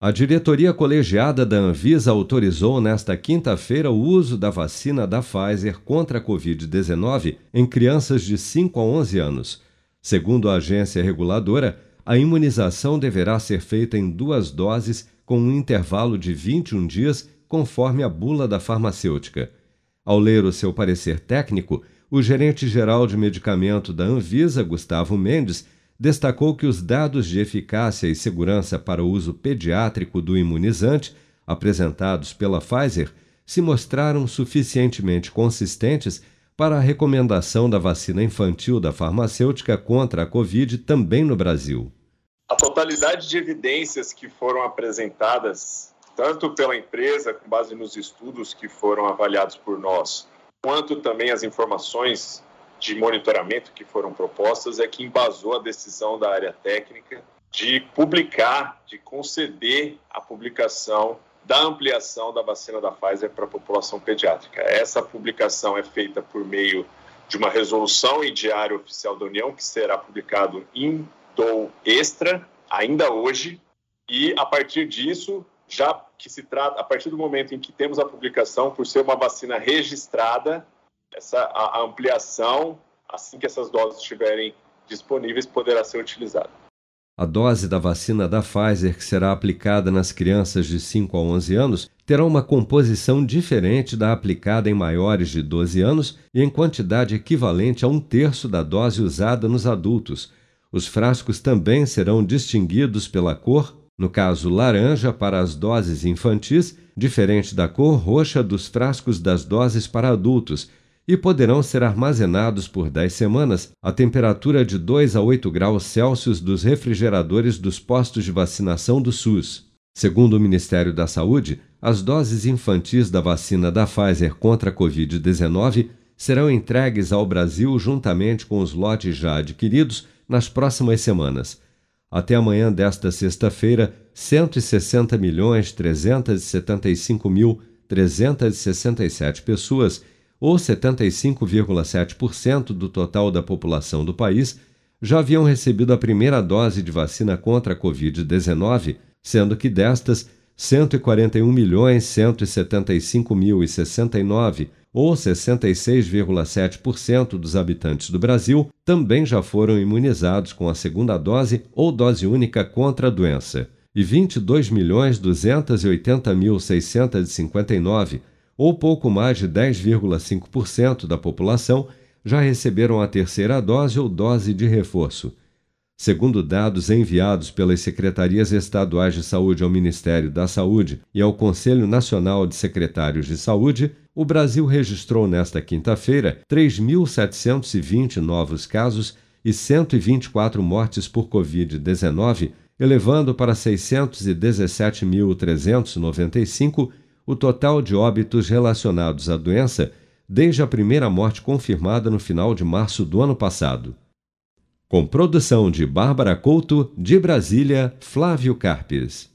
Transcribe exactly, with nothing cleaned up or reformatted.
A diretoria colegiada da Anvisa autorizou nesta quinta-feira o uso da vacina da Pfizer contra a covid dezenove em crianças de cinco a onze anos. Segundo a agência reguladora, a imunização deverá ser feita em duas doses com um intervalo de vinte e um dias, conforme a bula da farmacêutica. Ao ler o seu parecer técnico, o gerente-geral de medicamento da Anvisa, Gustavo Mendes, destacou que os dados de eficácia e segurança para o uso pediátrico do imunizante, apresentados pela Pfizer, se mostraram suficientemente consistentes para a recomendação da vacina infantil da farmacêutica contra a Covid também no Brasil. A totalidade de evidências que foram apresentadas, tanto pela empresa, com base nos estudos que foram avaliados por nós, quanto também as informações de monitoramento que foram propostas, é que embasou a decisão da área técnica de publicar, de conceder a publicação da ampliação da vacina da Pfizer para a população pediátrica. Essa publicação é feita por meio de uma resolução em Diário Oficial da União, que será publicado em do Extra, ainda hoje, e a partir disso, já que se trata, a partir do momento em que temos a publicação, por ser uma vacina registrada, essa, a, a ampliação, assim que essas doses estiverem disponíveis, poderá ser utilizada. A dose da vacina da Pfizer, que será aplicada nas crianças de cinco a onze anos, terá uma composição diferente da aplicada em maiores de doze anos e em quantidade equivalente a um terço da dose usada nos adultos. Os frascos também serão distinguidos pela cor, no caso laranja para as doses infantis, diferente da cor roxa dos frascos das doses para adultos, e poderão ser armazenados por dez semanas a temperatura de dois a oito graus Celsius dos refrigeradores dos postos de vacinação do SUS. Segundo o Ministério da Saúde, as doses infantis da vacina da Pfizer contra a covid dezenove serão entregues ao Brasil juntamente com os lotes já adquiridos nas próximas semanas. Até amanhã desta sexta-feira, cento e sessenta milhões trezentos e setenta e cinco mil trezentos e sessenta e sete pessoas, ou setenta e cinco vírgula sete por cento do total da população do país, já haviam recebido a primeira dose de vacina contra a covid dezenove, sendo que destas, cento e quarenta e um milhões cento e setenta e cinco mil e sessenta e nove, ou sessenta e seis vírgula sete por cento dos habitantes do Brasil, também já foram imunizados com a segunda dose ou dose única contra a doença, e vinte e dois milhões duzentos e oitenta mil seiscentos e cinquenta e nove, ou pouco mais de dez vírgula cinco por cento da população, já receberam a terceira dose ou dose de reforço. Segundo dados enviados pelas Secretarias Estaduais de Saúde ao Ministério da Saúde e ao Conselho Nacional de Secretários de Saúde, o Brasil registrou nesta quinta-feira três mil setecentos e vinte novos casos e cento e vinte e quatro mortes por covid dezenove, elevando para seiscentos e dezessete mil trezentos e noventa e cinco o total de óbitos relacionados à doença desde a primeira morte confirmada no final de março do ano passado. Com produção de Bárbara Couto, de Brasília, Flávio Carpes.